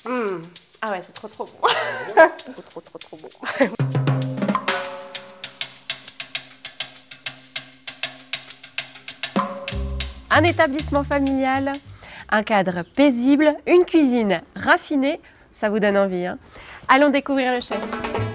Ah ouais, c'est trop bon. Trop bon. Un établissement familial, un cadre paisible, une cuisine raffinée, ça vous donne envie, hein? Allons découvrir le chef.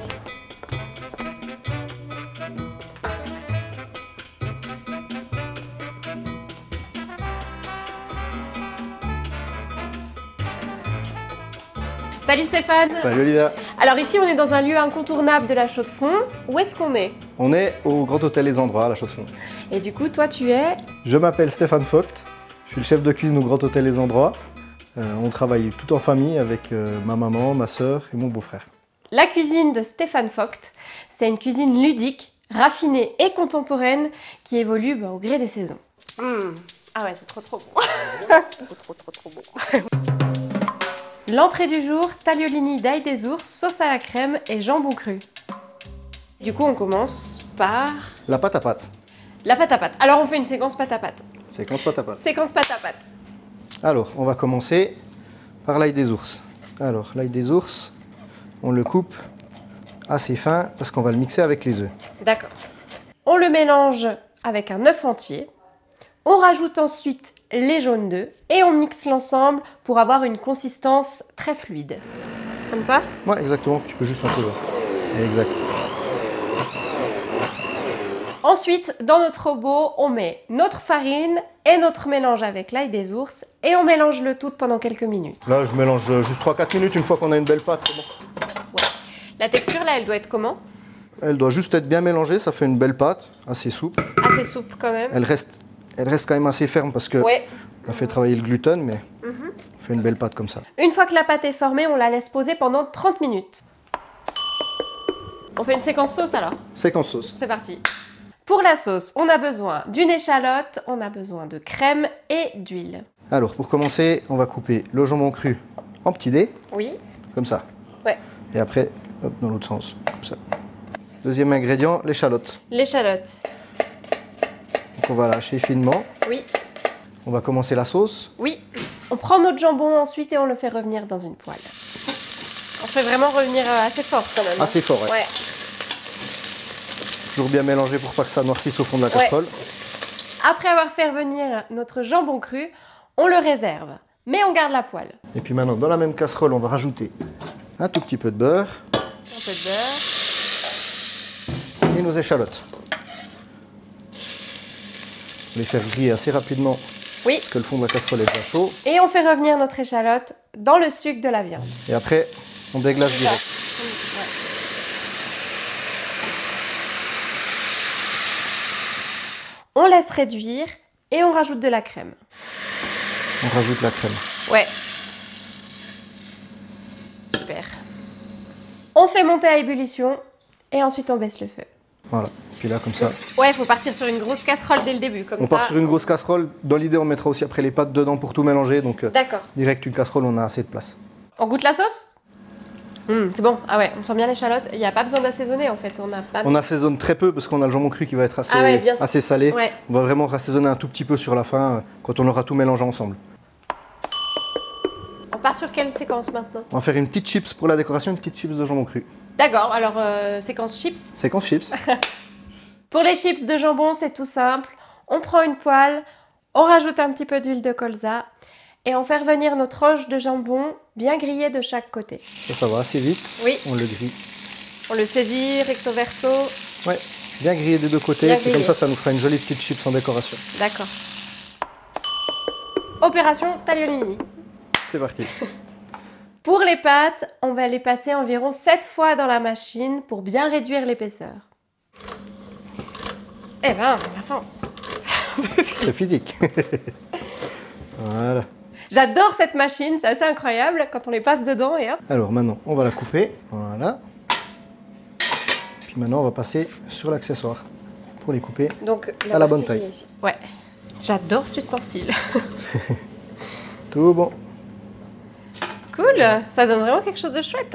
Salut Stéphane! Salut Olivia! Alors ici on est dans un lieu incontournable de la Chaux-de-Fonds. Où est-ce qu'on est? On est au Grand Hôtel Les Endroits à la Chaux-de-Fonds. Et du coup toi tu es? Je m'appelle Stéphane Vogt, je suis le chef de cuisine au Grand Hôtel Les Endroits. On travaille tout en famille avec ma maman, ma sœur et mon beau-frère. La cuisine de Stéphane Vogt, c'est une cuisine ludique, raffinée et contemporaine qui évolue au gré des saisons. Ah ouais, c'est trop bon. Trop bon. L'entrée du jour, tagliolini d'ail des ours, sauce à la crème et jambon cru. Du coup, on commence par... La pâte à pâte. La pâte à pâte. Alors, on fait une séquence pâte à pâte. Séquence pâte à pâte. Séquence pâte à pâte. Alors, on va commencer par l'ail des ours. Alors, l'ail des ours, on le coupe assez fin parce qu'on va le mixer avec les œufs. D'accord. On le mélange avec un œuf entier. On rajoute ensuite les jaunes d'œufs et on mixe l'ensemble pour avoir une consistance très fluide. Comme ça? Ouais, exactement. Tu peux juste un peu. Exact. Ensuite, dans notre robot, on met notre farine et notre mélange avec l'ail des ours et on mélange le tout pendant quelques minutes. Là, je mélange juste 3-4 minutes. Une fois qu'on a une belle pâte, c'est bon. Ouais. La texture, là, elle doit être comment? Elle doit juste être bien mélangée. Ça fait une belle pâte, assez souple. Assez souple quand même. Elle reste quand même assez ferme parce que on a fait travailler le gluten, mais on fait une belle pâte comme ça. Une fois que la pâte est formée, on la laisse poser pendant 30 minutes. On fait une séquence sauce alors? Séquence sauce. C'est parti. Pour la sauce, on a besoin d'une échalote, on a besoin de crème et d'huile. Alors, pour commencer, on va couper le jambon cru en petits dés. Oui. Comme ça. Ouais. Et après, hop, dans l'autre sens, comme ça. Deuxième ingrédient, l'échalote. L'échalote. Donc on va la hacher finement. Oui. On va commencer la sauce. Oui. On prend notre jambon ensuite et on le fait revenir dans une poêle. On fait vraiment revenir assez fort quand même. Assez fort, ouais. Toujours bien mélanger pour pas que ça noircisse au fond de la casserole. Après avoir fait revenir notre jambon cru, on le réserve. Mais on garde la poêle. Et puis maintenant, dans la même casserole, on va rajouter un tout petit peu de beurre. Un peu de beurre. Et nos échalotes. On les faire griller assez rapidement. Oui. Parce que le fond de la casserole est déjà chaud. Et on fait revenir notre échalote dans le sucre de la viande. Et après, on déglace direct. On laisse réduire et on rajoute de la crème. On rajoute la crème. Ouais. Super. On fait monter à ébullition et ensuite on baisse le feu. Voilà. Puis là, comme ça. Ouais, il faut partir sur une grosse casserole dès le début. Comme On part sur une grosse casserole. Dans l'idée, on mettra aussi après les pâtes dedans pour tout mélanger. Donc, d'accord. Direct une casserole, on a assez de place. On goûte la sauce? C'est bon. Ah ouais, on sent bien l'échalote. Il n'y a pas besoin d'assaisonner en fait. On assaisonne très peu parce qu'on a le jambon cru qui va être assez salé. Ouais. On va vraiment rassaisonner un tout petit peu sur la fin quand on aura tout mélangé ensemble. On part sur quelle séquence maintenant? On va faire une petite chips pour la décoration, une petite chips de jambon cru. D'accord, alors séquence chips. Séquence chips. Pour les chips de jambon, c'est tout simple. On prend une poêle, on rajoute un petit peu d'huile de colza et on fait revenir notre roche de jambon bien grillée de chaque côté. Ça va assez vite. Oui. On le grille. On le saisit recto verso. Ouais, bien grillé des deux côtés. Bien Et grillé. comme ça nous fera une jolie petite chips en décoration. D'accord. Opération tagliolini. C'est parti. Pour les pâtes, on va les passer environ 7 fois dans la machine pour bien réduire l'épaisseur. Eh ben, à la fin, C'est physique. Voilà. j'adore cette machine, c'est assez incroyable quand on les passe dedans et hop. Alors maintenant, on va la couper. Voilà. Puis maintenant, on va passer sur l'accessoire pour les couper Donc, à la bonne partie qui taille. est ici. Ouais. J'adore cet ustensile. Tout bon. Cool, ça donne vraiment quelque chose de chouette.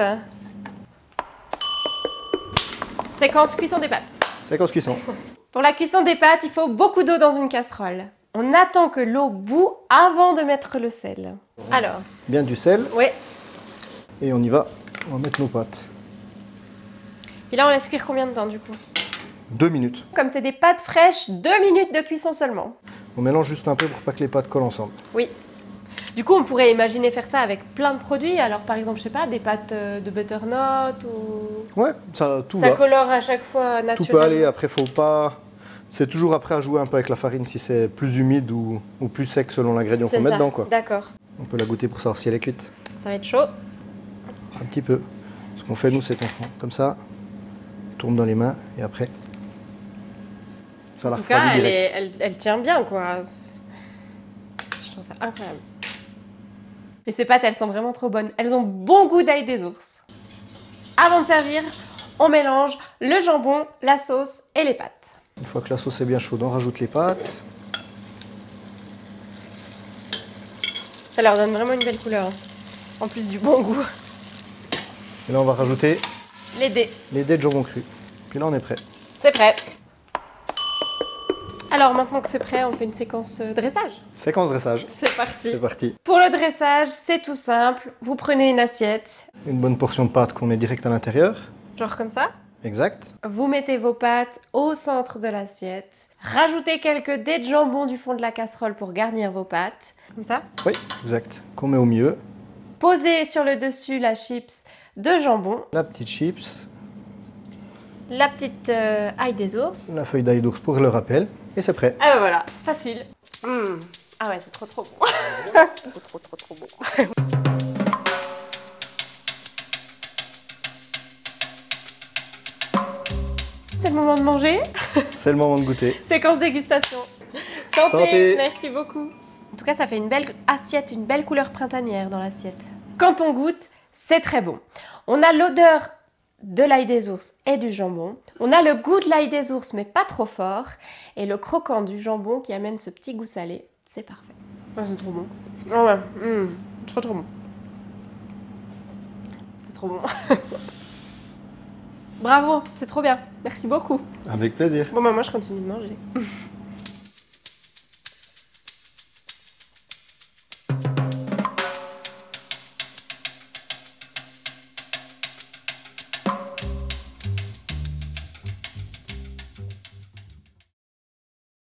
Séquence cuisson des pâtes. Séquence cuisson. Pour la cuisson des pâtes, il faut beaucoup d'eau dans une casserole. On attend que l'eau bout avant de mettre le sel. Alors, Bien du sel. ouais, Et on y va, on va mettre nos pâtes. Et là, on laisse cuire combien de temps du coup? 2 minutes. Comme c'est des pâtes fraîches, 2 minutes de cuisson seulement. On mélange juste un peu pour pas que les pâtes collent ensemble. Oui. Du coup, on pourrait imaginer faire ça avec plein de produits. Alors, par exemple, je sais pas, des pâtes de butternut ou... Ouais, ça tout Ça va. colore à chaque fois Tout naturellement. peut aller, après faut pas... C'est toujours après à jouer un peu avec la farine si c'est plus humide ou plus sec selon l'ingrédient qu'on met dedans, quoi. D'accord. On peut la goûter pour savoir si elle est cuite. Ça va être chaud. Un petit peu. Ce qu'on fait nous, c'est qu'on prend comme ça, on tourne dans les mains et après, ça la En tout cas, refroidit direct. elle tient bien, quoi. Je trouve ça incroyable. Et ces pâtes, elles sont vraiment trop bonnes. Elles ont bon goût d'ail des ours. Avant de servir, on mélange le jambon, la sauce et les pâtes. Une fois que la sauce est bien chaude, on rajoute les pâtes. Ça leur donne vraiment une belle couleur. En plus du bon goût. Et là, on va rajouter Les dés. les dés de jambon cru. Puis là, on est prêt. C'est prêt. Alors maintenant que c'est prêt, on fait une séquence dressage. Séquence dressage. C'est parti. C'est parti. Pour le dressage, c'est tout simple. Vous prenez une assiette, Une bonne portion de pâte qu'on met direct à l'intérieur. genre comme ça. Exact. Vous mettez vos pâtes au centre de l'assiette. Rajoutez quelques dés de jambon du fond de la casserole pour garnir vos pâtes. Comme ça. Oui, exact. Qu'on met au milieu. Posez sur le dessus la chips de jambon, La petite chips, la petite ail des ours. la feuille d'ail d'ours pour le rappel. Et c'est prêt. Ah ben voilà, facile. Ah ouais, c'est trop bon. trop bon. C'est le moment de manger. C'est le moment de goûter. Séquence dégustation. Santé. Santé. Merci beaucoup. En tout cas, ça fait une belle assiette, une belle couleur printanière dans l'assiette. Quand on goûte, c'est très bon. On a l'odeur de l'ail des ours et du jambon. On a le goût de l'ail des ours, mais pas trop fort. Et le croquant du jambon qui amène ce petit goût salé. C'est parfait. Ah, c'est trop bon. Oh ouais, trop bon. C'est trop bon. Bravo, c'est trop bien. Merci beaucoup. Avec plaisir. Bon, bah, moi, je continue de manger.